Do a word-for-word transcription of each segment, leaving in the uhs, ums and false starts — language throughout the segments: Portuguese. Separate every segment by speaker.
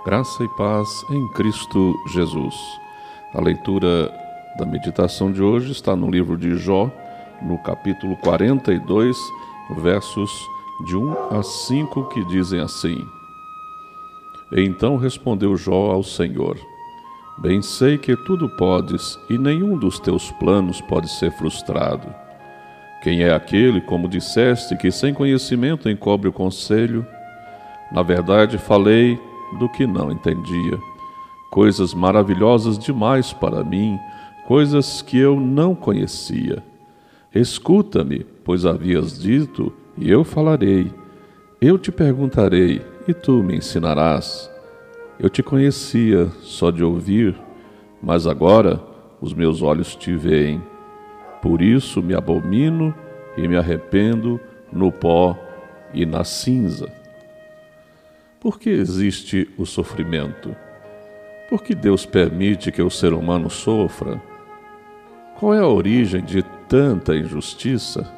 Speaker 1: Graça e paz em Cristo Jesus. A leitura da meditação de hoje está no livro de Jó, no capítulo quarenta e dois, versos de um a cinco, que dizem assim: Então respondeu Jó ao Senhor: Bem sei que tudo podes, e nenhum dos teus planos pode ser frustrado. Quem é aquele, como disseste, que sem conhecimento encobre o conselho? Na verdade, falei do que não entendia, coisas maravilhosas demais para mim, coisas que eu não conhecia. Escuta-me, pois havias dito, e eu falarei. Eu te perguntarei, e tu me ensinarás. Eu te conhecia só de ouvir, mas agora os meus olhos te veem. Por isso me abomino e me arrependo no pó e na cinza. Por que existe o sofrimento? Por que Deus permite que o ser humano sofra? Qual é a origem de tanta injustiça?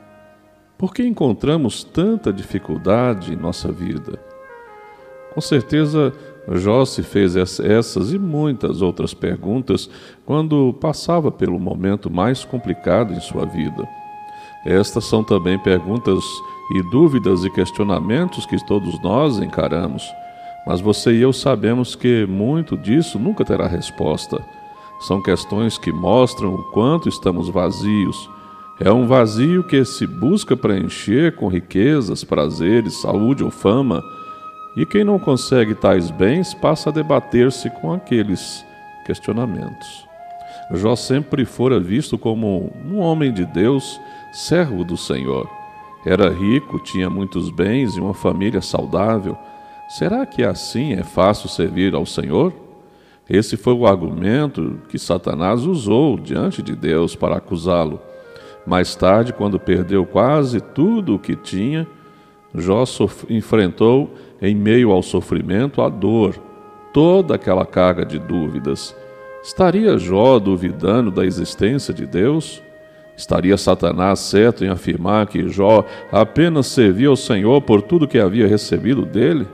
Speaker 1: Por que encontramos tanta dificuldade em nossa vida? Com certeza, Jó se fez essas e muitas outras perguntas quando passava pelo momento mais complicado em sua vida. Estas são também perguntas e dúvidas e questionamentos que todos nós encaramos, mas você e eu sabemos que muito disso nunca terá resposta. São questões que mostram o quanto estamos vazios. É um vazio que se busca preencher com riquezas, prazeres, saúde ou fama, e quem não consegue tais bens passa a debater-se com aqueles questionamentos. Jó sempre fora visto como um homem de Deus, servo do Senhor. Era rico, tinha muitos bens e uma família saudável. Será que assim é fácil servir ao Senhor? Esse foi o argumento que Satanás usou diante de Deus para acusá-lo. Mais tarde, quando perdeu quase tudo o que tinha, Jó enfrentou, em meio ao sofrimento, a dor, toda aquela carga de dúvidas. Estaria Jó duvidando da existência de Deus? Estaria Satanás certo em afirmar que Jó apenas servia ao Senhor por tudo que havia recebido dele?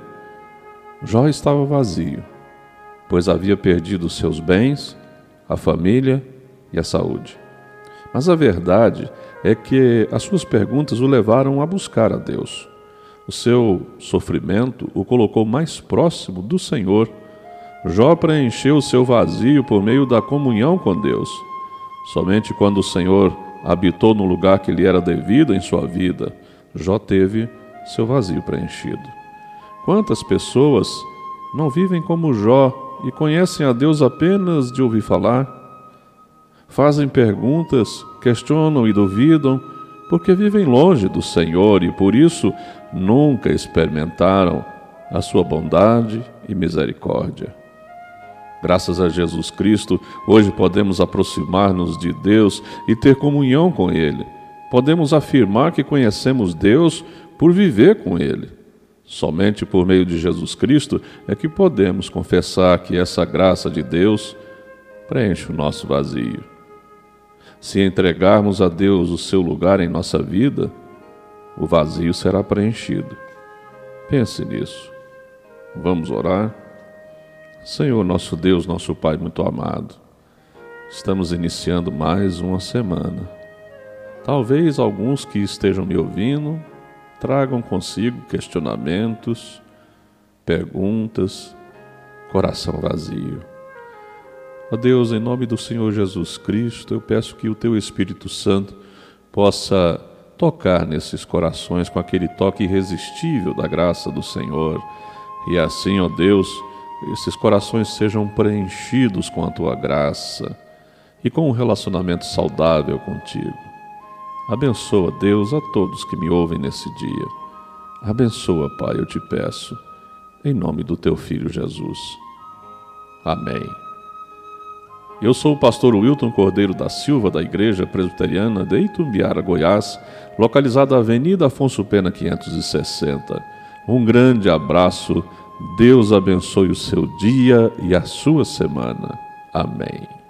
Speaker 1: Jó estava vazio, pois havia perdido seus bens, a família e a saúde. Mas a verdade é que as suas perguntas o levaram a buscar a Deus. O seu sofrimento o colocou mais próximo do Senhor. Jó preencheu o seu vazio por meio da comunhão com Deus. Somente quando o Senhor habitou no lugar que lhe era devido em sua vida, Jó teve seu vazio preenchido. Quantas pessoas não vivem como Jó e conhecem a Deus apenas de ouvir falar? Fazem perguntas, questionam e duvidam, porque vivem longe do Senhor e por isso nunca experimentaram a sua bondade e misericórdia. Graças a Jesus Cristo, hoje podemos aproximar-nos de Deus e ter comunhão com Ele. Podemos afirmar que conhecemos Deus por viver com Ele. Somente por meio de Jesus Cristo é que podemos confessar que essa graça de Deus preenche o nosso vazio. Se entregarmos a Deus o seu lugar em nossa vida, o vazio será preenchido. Pense nisso. Vamos orar? Senhor, nosso Deus, nosso Pai muito amado, estamos iniciando mais uma semana. Talvez alguns que estejam me ouvindo tragam consigo questionamentos, perguntas, coração vazio. Ó Deus, em nome do Senhor Jesus Cristo, eu peço que o Teu Espírito Santo possa tocar nesses corações com aquele toque irresistível da graça do Senhor. E assim, ó Deus, esses corações sejam preenchidos com a Tua graça e com um relacionamento saudável contigo. Abençoa, Deus, a todos que me ouvem nesse dia. Abençoa, Pai, eu te peço, em nome do Teu Filho Jesus. Amém. Eu sou o pastor Wilton Cordeiro da Silva, da Igreja Presbiteriana de Itumbiara, Goiás, localizada na Avenida Afonso Pena quinhentos e sessenta. Um grande abraço. Deus abençoe o seu dia e a sua semana. Amém.